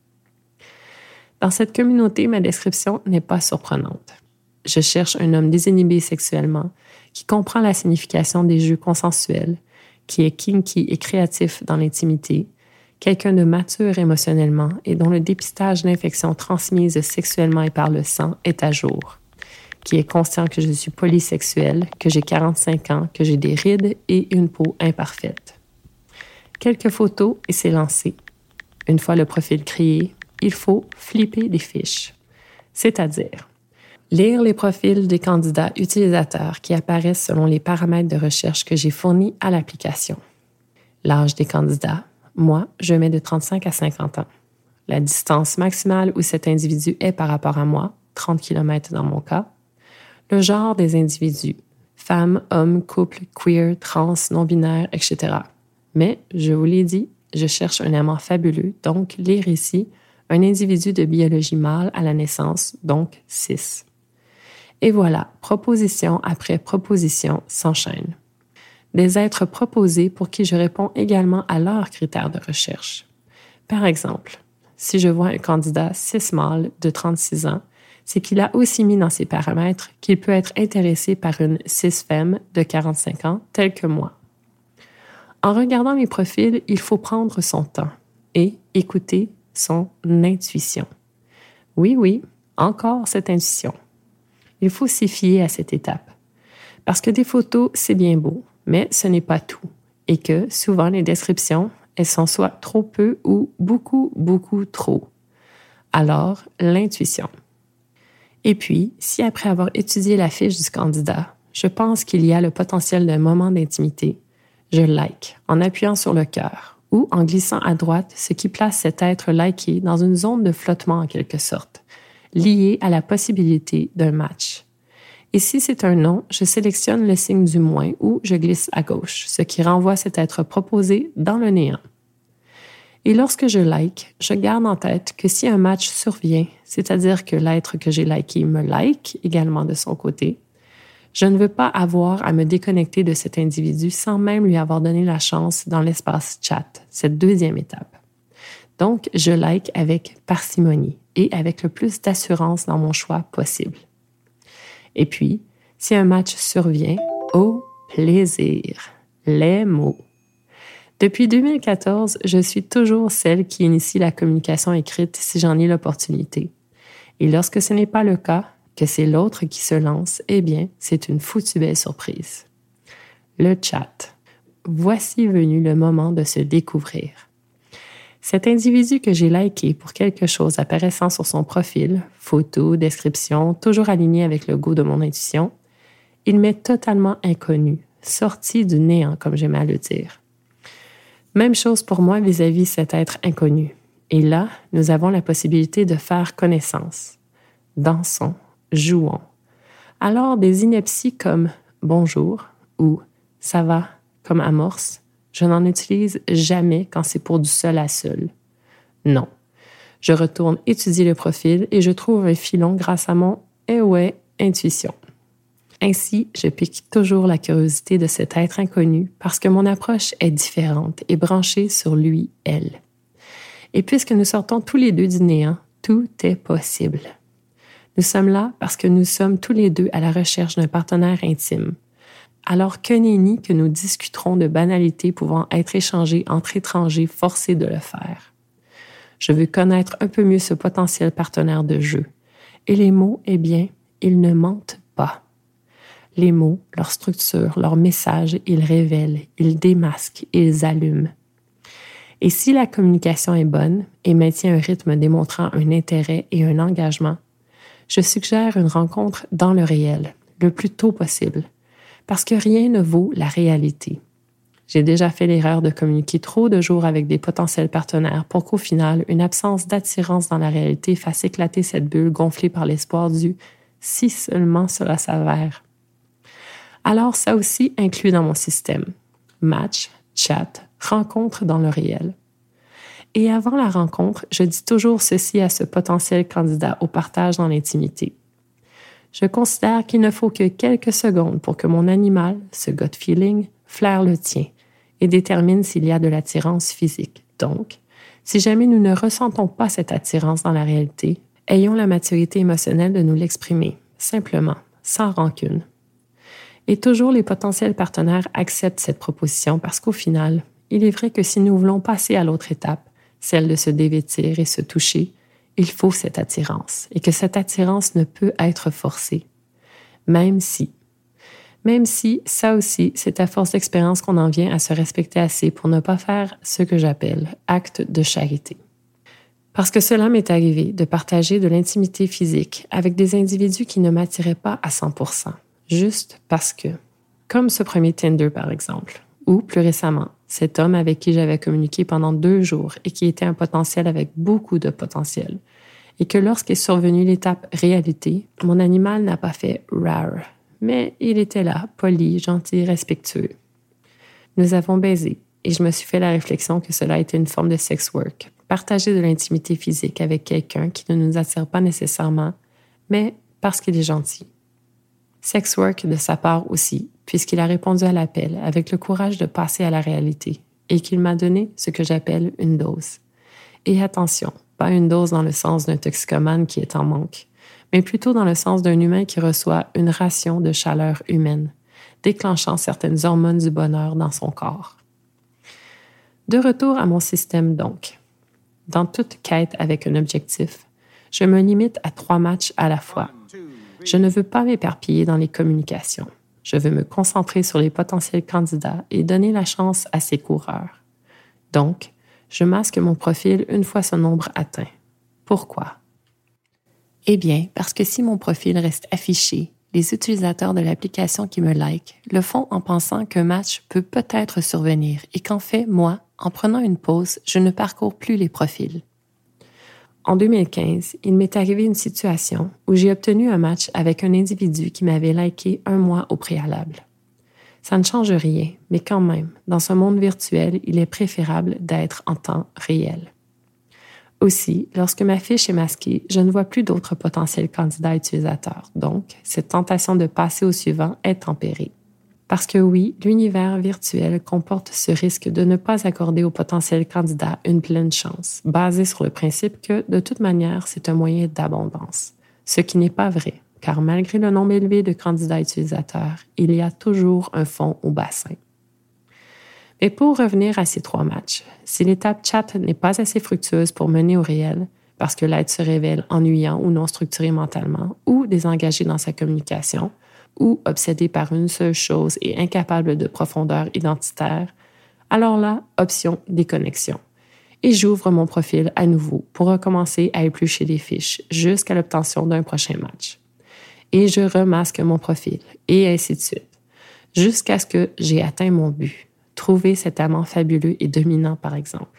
Dans cette communauté, ma description n'est pas surprenante. Je cherche un homme désinhibé sexuellement, qui comprend la signification des jeux consensuels, qui est kinky et créatif dans l'intimité, quelqu'un de mature émotionnellement et dont le dépistage d'infections transmises sexuellement et par le sang est à jour, qui est conscient que je suis polysexuelle, que j'ai quarante-cinq ans, que j'ai des rides et une peau imparfaite. Quelques photos et c'est lancé. Une fois le profil créé, il faut flipper des fiches, c'est-à-dire lire les profils des candidats utilisateurs qui apparaissent selon les paramètres de recherche que j'ai fournis à l'application. L'âge des candidats, moi, je mets de trente-cinq à cinquante ans. La distance maximale où cet individu est par rapport à moi, trente kilomètres dans mon cas. Le genre des individus, femmes, hommes, couple, queer, trans, non-binaire, et cetera. Mais, je vous l'ai dit, je cherche un amant fabuleux, donc lire ici, un individu de biologie mâle à la naissance, donc cis. Et voilà, proposition après proposition s'enchaîne. Des êtres proposés pour qui je réponds également à leurs critères de recherche. Par exemple, si je vois un candidat cis mâle de trente-six ans, c'est qu'il a aussi mis dans ses paramètres qu'il peut être intéressé par une cis femme de quarante-cinq ans, telle que moi. En regardant mes profils, il faut prendre son temps et écouter son intuition. Oui, oui, encore cette intuition. Il faut s'y fier à cette étape. Parce que des photos, c'est bien beau, mais ce n'est pas tout. Et que, souvent, les descriptions, elles sont soit trop peu ou beaucoup, beaucoup trop. Alors, l'intuition. Et puis, si après avoir étudié la fiche du candidat, je pense qu'il y a le potentiel d'un moment d'intimité, je like en appuyant sur le cœur ou en glissant à droite, ce qui place cet être liké dans une zone de flottement en quelque sorte, liée à la possibilité d'un match. Et si c'est un non, je sélectionne le signe du moins ou je glisse à gauche, ce qui renvoie cet être proposé dans le néant. Et lorsque je like, je garde en tête que si un match survient, c'est-à-dire que l'être que j'ai liké me like également de son côté, je ne veux pas avoir à me déconnecter de cet individu sans même lui avoir donné la chance dans l'espace chat, cette deuxième étape. Donc, je like avec parcimonie et avec le plus d'assurance dans mon choix possible. Et puis, si un match survient, au plaisir, les mots. Depuis deux mille quatorze, je suis toujours celle qui initie la communication écrite si j'en ai l'opportunité. Et lorsque ce n'est pas le cas, que c'est l'autre qui se lance, eh bien, c'est une foutue belle surprise. Le chat. Voici venu le moment de se découvrir. Cet individu que j'ai liké pour quelque chose apparaissant sur son profil, photo, description, toujours aligné avec le goût de mon intuition, il m'est totalement inconnu, sorti du néant, comme j'aime à le dire. Même chose pour moi vis-à-vis cet être inconnu. Et là, nous avons la possibilité de faire connaissance. Dansons, jouons. Alors, des inepties comme « bonjour » ou « ça va » comme amorce, je n'en utilise jamais quand c'est pour du seul à seul. Non. Je retourne étudier le profil et je trouve un filon grâce à mon « eh ouais » intuition. Ainsi, je pique toujours la curiosité de cet être inconnu parce que mon approche est différente et branchée sur lui, elle. Et puisque nous sortons tous les deux du néant, tout est possible. Nous sommes là parce que nous sommes tous les deux à la recherche d'un partenaire intime. Alors que nenni que nous discuterons de banalités pouvant être échangées entre étrangers forcés de le faire. Je veux connaître un peu mieux ce potentiel partenaire de jeu. Et les mots, eh bien, ils ne mentent pas. Les mots, leur structure, leur message, ils révèlent, ils démasquent, ils allument. Et si la communication est bonne et maintient un rythme démontrant un intérêt et un engagement, je suggère une rencontre dans le réel, le plus tôt possible, parce que rien ne vaut la réalité. J'ai déjà fait l'erreur de communiquer trop de jours avec des potentiels partenaires pour qu'au final, une absence d'attirance dans la réalité fasse éclater cette bulle gonflée par l'espoir du « si seulement cela s'avère ». Alors ça aussi inclus dans mon système. Match, chat, rencontre dans le réel. Et avant la rencontre, je dis toujours ceci à ce potentiel candidat au partage dans l'intimité. Je considère qu'il ne faut que quelques secondes pour que mon animal, ce gut feeling, flaire le tien et détermine s'il y a de l'attirance physique. Donc, si jamais nous ne ressentons pas cette attirance dans la réalité, ayons la maturité émotionnelle de nous l'exprimer, simplement, sans rancune. Et toujours les potentiels partenaires acceptent cette proposition parce qu'au final, il est vrai que si nous voulons passer à l'autre étape, celle de se dévêtir et se toucher, il faut cette attirance et que cette attirance ne peut être forcée. Même si, même si, ça aussi, c'est à force d'expérience qu'on en vient à se respecter assez pour ne pas faire ce que j'appelle acte de charité. Parce que cela m'est arrivé de partager de l'intimité physique avec des individus qui ne m'attiraient pas à cent pour cent. Juste parce que, comme ce premier Tinder par exemple, ou plus récemment, cet homme avec qui j'avais communiqué pendant deux jours et qui était un potentiel avec beaucoup de potentiel, et que lorsqu'est survenue l'étape réalité, mon animal n'a pas fait « rar », mais il était là, poli, gentil, respectueux. Nous avons baisé, et je me suis fait la réflexion que cela était une forme de sex work, partager de l'intimité physique avec quelqu'un qui ne nous attire pas nécessairement, mais parce qu'il est gentil. Sex work de sa part aussi, puisqu'il a répondu à l'appel avec le courage de passer à la réalité et qu'il m'a donné ce que j'appelle une dose. Et attention, pas une dose dans le sens d'un toxicomane qui est en manque, mais plutôt dans le sens d'un humain qui reçoit une ration de chaleur humaine, déclenchant certaines hormones du bonheur dans son corps. De retour à mon système donc. Dans toute quête avec un objectif, je me limite à trois matchs à la fois. Je ne veux pas m'éparpiller dans les communications. Je veux me concentrer sur les potentiels candidats et donner la chance à ces coureurs. Donc, je masque mon profil une fois ce nombre atteint. Pourquoi? Eh bien, parce que si mon profil reste affiché, les utilisateurs de l'application qui me like le font en pensant qu'un match peut peut-être survenir et qu'en fait, moi, en prenant une pause, je ne parcours plus les profils. En deux mille quinze, il m'est arrivé une situation où j'ai obtenu un match avec un individu qui m'avait liké un mois au préalable. Ça ne change rien, mais quand même, dans ce monde virtuel, il est préférable d'être en temps réel. Aussi, lorsque ma fiche est masquée, je ne vois plus d'autres potentiels candidats utilisateurs, donc cette tentation de passer au suivant est tempérée. Parce que oui, l'univers virtuel comporte ce risque de ne pas accorder aux potentiels candidats une pleine chance, basé sur le principe que, de toute manière, c'est un moyen d'abondance. Ce qui n'est pas vrai, car malgré le nombre élevé de candidats utilisateurs, il y a toujours un fond au bassin. Mais pour revenir à ces trois matchs, si l'étape chat n'est pas assez fructueuse pour mener au réel, parce que l'être se révèle ennuyant ou non structuré mentalement, ou désengagé dans sa communication, ou obsédé par une seule chose et incapable de profondeur identitaire, alors là, option déconnexion. Et j'ouvre mon profil à nouveau pour recommencer à éplucher les fiches jusqu'à l'obtention d'un prochain match. Et je remasque mon profil, et ainsi de suite, jusqu'à ce que j'ai atteint mon but, trouver cet amant fabuleux et dominant par exemple.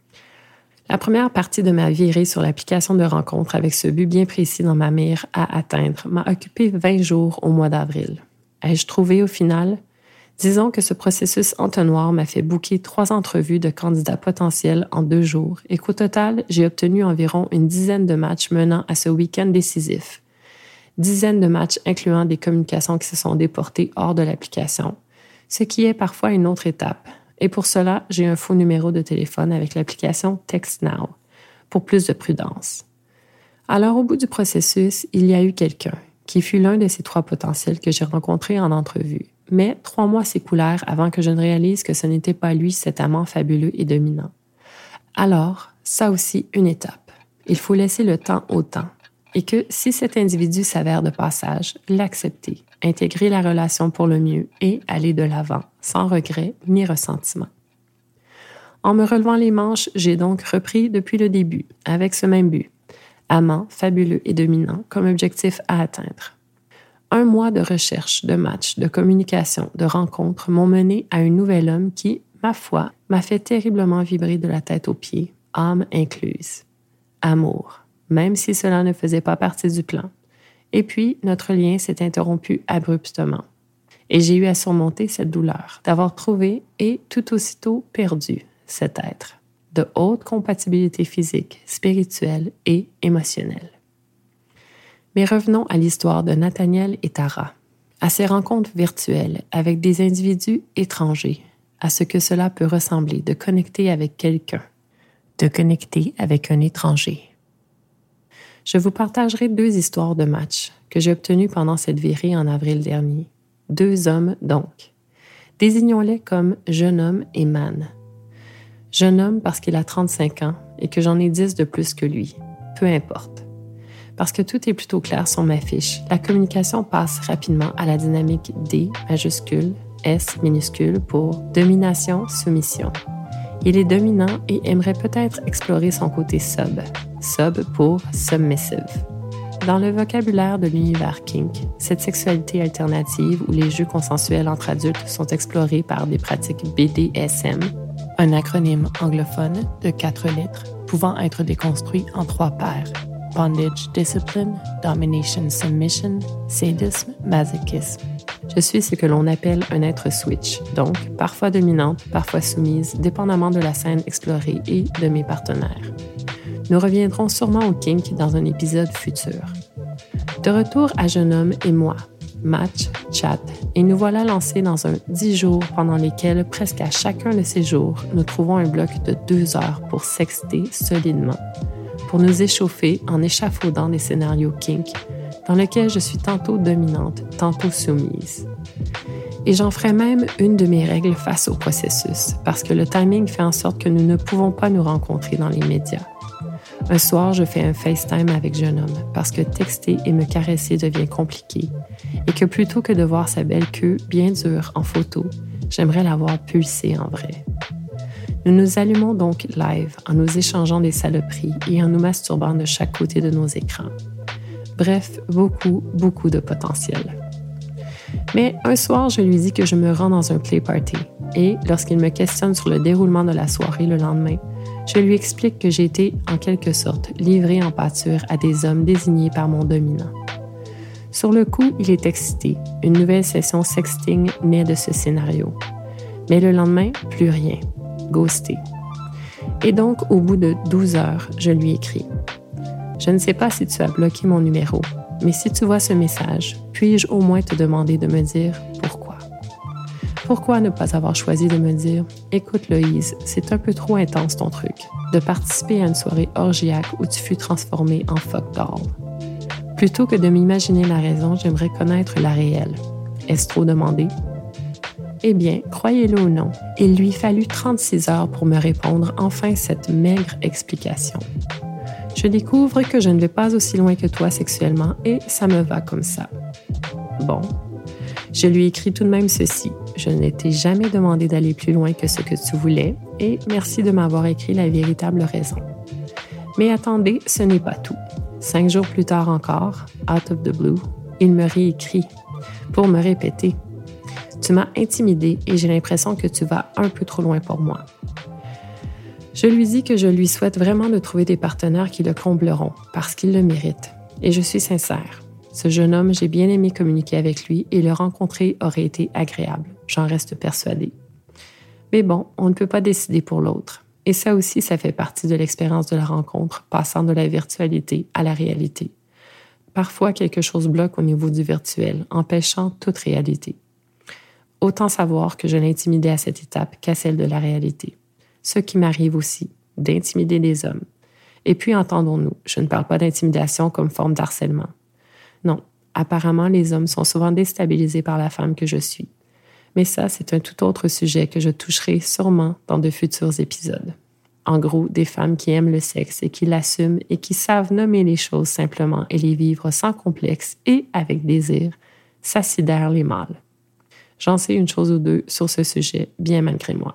La première partie de ma virée sur l'application de rencontre avec ce but bien précis dans ma mire à atteindre m'a occupé vingt jours au mois d'avril. Ai-je trouvé au final? Disons que ce processus entonnoir m'a fait booker trois entrevues de candidats potentiels en deux jours et qu'au total, j'ai obtenu environ une dizaine de matchs menant à ce week-end décisif. Dizaines de matchs incluant des communications qui se sont déportées hors de l'application, ce qui est parfois une autre étape. Et pour cela, j'ai un faux numéro de téléphone avec l'application TextNow, pour plus de prudence. Alors, au bout du processus, il y a eu quelqu'un, qui fut l'un de ces trois potentiels que j'ai rencontrés en entrevue. Mais trois mois s'écoulèrent avant que je ne réalise que ce n'était pas lui cet amant fabuleux et dominant. Alors, ça aussi, une étape. Il faut laisser le temps au temps. Et que, si cet individu s'avère de passage, l'accepter, intégrer la relation pour le mieux et aller de l'avant, sans regret ni ressentiment. En me relevant les manches, j'ai donc repris depuis le début, avec ce même but, amant, fabuleux et dominant comme objectif à atteindre. Un mois de recherche, de matchs, de communication, de rencontres m'ont mené à un nouvel homme qui, ma foi, m'a fait terriblement vibrer de la tête aux pieds, âme incluse. Amour. Même si cela ne faisait pas partie du plan. Et puis, notre lien s'est interrompu abruptement. Et j'ai eu à surmonter cette douleur d'avoir trouvé et tout aussitôt perdu cet être de haute compatibilité physique, spirituelle et émotionnelle. Mais revenons à l'histoire de Nathaniel et Tara, à ces rencontres virtuelles avec des individus étrangers, à ce que cela peut ressembler de connecter avec quelqu'un, de connecter avec un étranger. Je vous partagerai deux histoires de match que j'ai obtenues pendant cette virée en avril dernier. Deux hommes, donc. Désignons-les comme jeune homme et man. Jeune homme parce qu'il a trente-cinq ans et que j'en ai dix de plus que lui. Peu importe. Parce que tout est plutôt clair sur ma fiche, la communication passe rapidement à la dynamique D majuscule, S minuscule pour domination-soumission. Il est dominant et aimerait peut-être explorer son côté sub. Sub pour submissive. Dans le vocabulaire de l'univers kink, cette sexualité alternative où les jeux consensuels entre adultes sont explorés par des pratiques B D S M, un acronyme anglophone de quatre lettres pouvant être déconstruit en trois paires. Bondage, discipline, domination, submission, sadisme, masochisme. Je suis ce que l'on appelle un être switch, donc parfois dominante, parfois soumise, dépendamment de la scène explorée et de mes partenaires. Nous reviendrons sûrement au kink dans un épisode futur. De retour à Jeune homme et moi, match, chat, et nous voilà lancés dans un dix jours pendant lesquels presque à chacun de ces jours, nous trouvons un bloc de deux heures pour sexter solidement, pour nous échauffer en échafaudant des scénarios kink dans lesquels je suis tantôt dominante, tantôt soumise. Et j'en ferai même une de mes règles face au processus, parce que le timing fait en sorte que nous ne pouvons pas nous rencontrer dans les médias. Un soir, je fais un FaceTime avec jeune homme, parce que texter et me caresser devient compliqué, et que plutôt que de voir sa belle queue bien dure en photo, j'aimerais la voir pulser en vrai. Nous nous allumons donc live en nous échangeant des saloperies et en nous masturbant de chaque côté de nos écrans. Bref, beaucoup, beaucoup de potentiel. Mais un soir, je lui dis que je me rends dans un play party et, lorsqu'il me questionne sur le déroulement de la soirée le lendemain, je lui explique que j'ai été, en quelque sorte, livrée en pâture à des hommes désignés par mon dominant. Sur le coup, il est excité. Une nouvelle session sexting naît de ce scénario. Mais le lendemain, plus rien. Ghosté. Et donc, au bout de douze heures, je lui écris. Je ne sais pas si tu as bloqué mon numéro, mais si tu vois ce message, puis-je au moins te demander de me dire pourquoi? Pourquoi ne pas avoir choisi de me dire « Écoute Loïse, c'est un peu trop intense ton truc, de participer à une soirée orgiaque où tu fus transformée en fuck doll. » Plutôt que de m'imaginer la raison, j'aimerais connaître la réelle. Est-ce trop demandé? Eh bien, croyez-le ou non, il lui fallut trente-six heures pour me répondre enfin cette maigre explication. Je découvre que je ne vais pas aussi loin que toi sexuellement et ça me va comme ça. Bon, je lui écris tout de même ceci. Je ne t'ai jamais demandé d'aller plus loin que ce que tu voulais et merci de m'avoir écrit la véritable raison. Mais attendez, ce n'est pas tout. Cinq jours plus tard encore, out of the blue, il me réécrit pour me répéter. Tu m'as intimidée et j'ai l'impression que tu vas un peu trop loin pour moi. Je lui dis que je lui souhaite vraiment de trouver des partenaires qui le combleront, parce qu'il le mérite. Et je suis sincère. Ce jeune homme, j'ai bien aimé communiquer avec lui et le rencontrer aurait été agréable. J'en reste persuadée. Mais bon, on ne peut pas décider pour l'autre. Et ça aussi, ça fait partie de l'expérience de la rencontre, passant de la virtualité à la réalité. Parfois, quelque chose bloque au niveau du virtuel, empêchant toute réalité. Autant savoir que je l'intimidais à cette étape qu'à celle de la réalité. Ce qui m'arrive aussi, d'intimider des hommes. Et puis, entendons-nous, je ne parle pas d'intimidation comme forme d'harcèlement. Non, apparemment, les hommes sont souvent déstabilisés par la femme que je suis. Mais ça, c'est un tout autre sujet que je toucherai sûrement dans de futurs épisodes. En gros, des femmes qui aiment le sexe et qui l'assument et qui savent nommer les choses simplement et les vivre sans complexe et avec désir, ça sidère les mâles. J'en sais une chose ou deux sur ce sujet, bien malgré moi.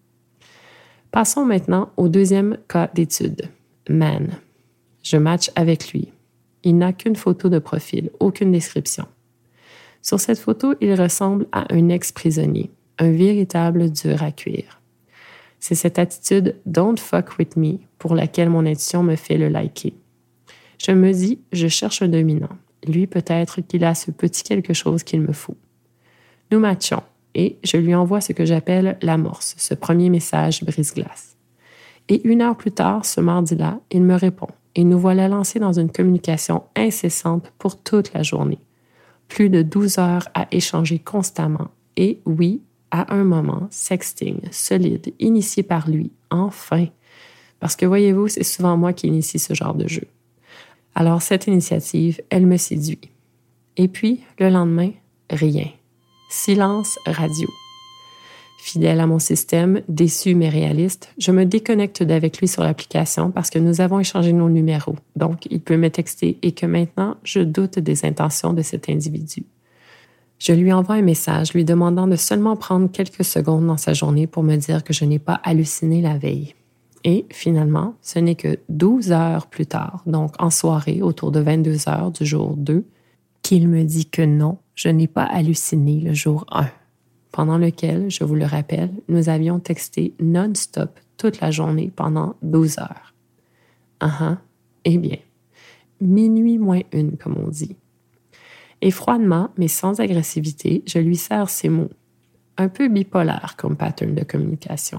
Passons maintenant au deuxième cas d'étude. Man. Je match avec lui. Il n'a qu'une photo de profil, aucune description. Sur cette photo, il ressemble à un ex-prisonnier, un véritable dur à cuire. C'est cette attitude « don't fuck with me » pour laquelle mon intuition me fait le liker. Je me dis, je cherche un dominant. Lui, peut-être qu'il a ce petit quelque chose qu'il me faut. Nous matchons. Et je lui envoie ce que j'appelle l'amorce, ce premier message brise-glace. Et une heure plus tard, ce mardi-là, il me répond. et nous voilà lancés dans une communication incessante pour toute la journée. Plus de douze heures à échanger constamment et, oui, à un moment, sexting, solide, initié par lui, enfin. Parce que voyez-vous, c'est souvent moi qui initie ce genre de jeu. Alors cette initiative, elle me séduit. Et puis, le lendemain, rien. Silence radio. Fidèle à mon système, déçu mais réaliste, je me déconnecte d'avec lui sur l'application parce que nous avons échangé nos numéros. Donc, il peut me texter et que maintenant, je doute des intentions de cet individu. Je lui envoie un message lui demandant de seulement prendre quelques secondes dans sa journée pour me dire que je n'ai pas halluciné la veille. Et finalement, ce n'est que douze heures plus tard, donc en soirée, autour de vingt-deux heures du jour deux, qu'il me dit que non, je n'ai pas halluciné le jour un. Pendant lequel, je vous le rappelle, nous avions texté non-stop toute la journée pendant douze heures. Ah ah, eh bien, minuit moins une, comme on dit. Et froidement, mais sans agressivité, je lui sers ces mots. Un peu bipolaire comme pattern de communication.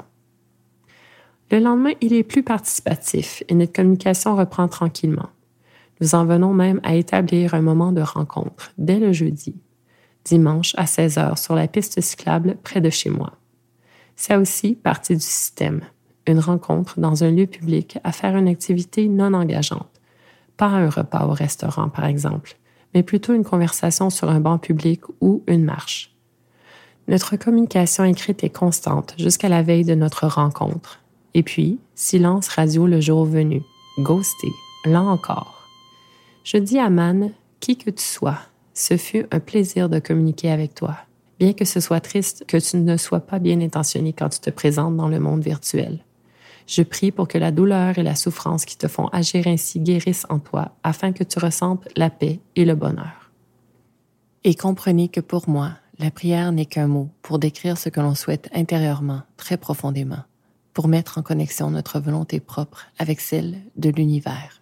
Le lendemain, il est plus participatif et notre communication reprend tranquillement. Nous en venons même à établir un moment de rencontre dès le jeudi. Dimanche à seize heures sur la piste cyclable près de chez moi. C'est aussi partie du système. Une rencontre dans un lieu public à faire une activité non engageante. Pas un repas au restaurant, par exemple, mais plutôt une conversation sur un banc public ou une marche. Notre communication écrite est constante jusqu'à la veille de notre rencontre. Et puis, silence radio le jour venu. Ghosté, là encore. Je dis à Man, qui que tu sois, ce fut un plaisir de communiquer avec toi, bien que ce soit triste que tu ne sois pas bien intentionné quand tu te présentes dans le monde virtuel. Je prie pour que la douleur et la souffrance qui te font agir ainsi guérissent en toi, afin que tu ressentes la paix et le bonheur. Et comprenez que pour moi, la prière n'est qu'un mot pour décrire ce que l'on souhaite intérieurement, très profondément, pour mettre en connexion notre volonté propre avec celle de l'univers.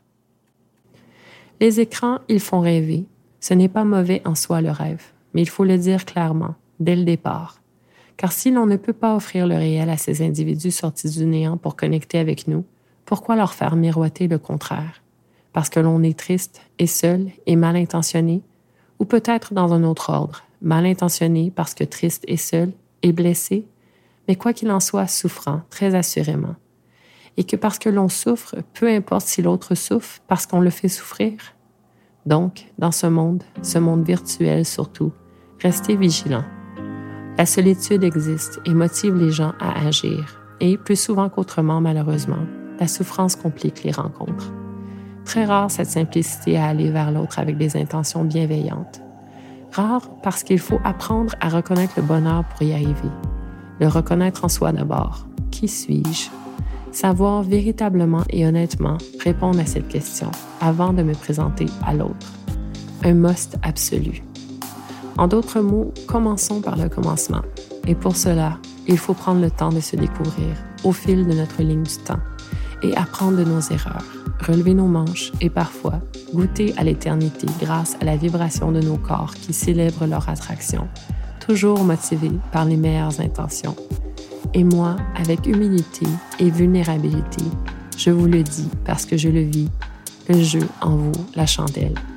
Les écrans, ils font rêver. Ce n'est pas mauvais en soi le rêve, mais il faut le dire clairement, dès le départ. Car si l'on ne peut pas offrir le réel à ces individus sortis du néant pour connecter avec nous, pourquoi leur faire miroiter le contraire? Parce que l'on est triste et seul et mal intentionné? Ou peut-être dans un autre ordre, mal intentionné parce que triste et seul et blessé? Mais quoi qu'il en soit, souffrant, très assurément. Et que parce que l'on souffre, peu importe si l'autre souffre, parce qu'on le fait souffrir. Donc, dans ce monde, ce monde virtuel surtout, restez vigilants. La solitude existe et motive les gens à agir. Et, plus souvent qu'autrement, malheureusement, la souffrance complique les rencontres. Très rare cette simplicité à aller vers l'autre avec des intentions bienveillantes. Rare parce qu'il faut apprendre à reconnaître le bonheur pour y arriver. Le reconnaître en soi d'abord. Qui suis-je? Savoir véritablement et honnêtement répondre à cette question avant de me présenter à l'autre. Un must absolu. En d'autres mots, commençons par le commencement. Et pour cela, il faut prendre le temps de se découvrir au fil de notre ligne du temps et apprendre de nos erreurs, relever nos manches et parfois goûter à l'éternité grâce à la vibration de nos corps qui célèbrent leur attraction, toujours motivés par les meilleures intentions. Et moi, avec humilité et vulnérabilité, je vous le dis parce que je le vis, le jeu en vaut la chandelle.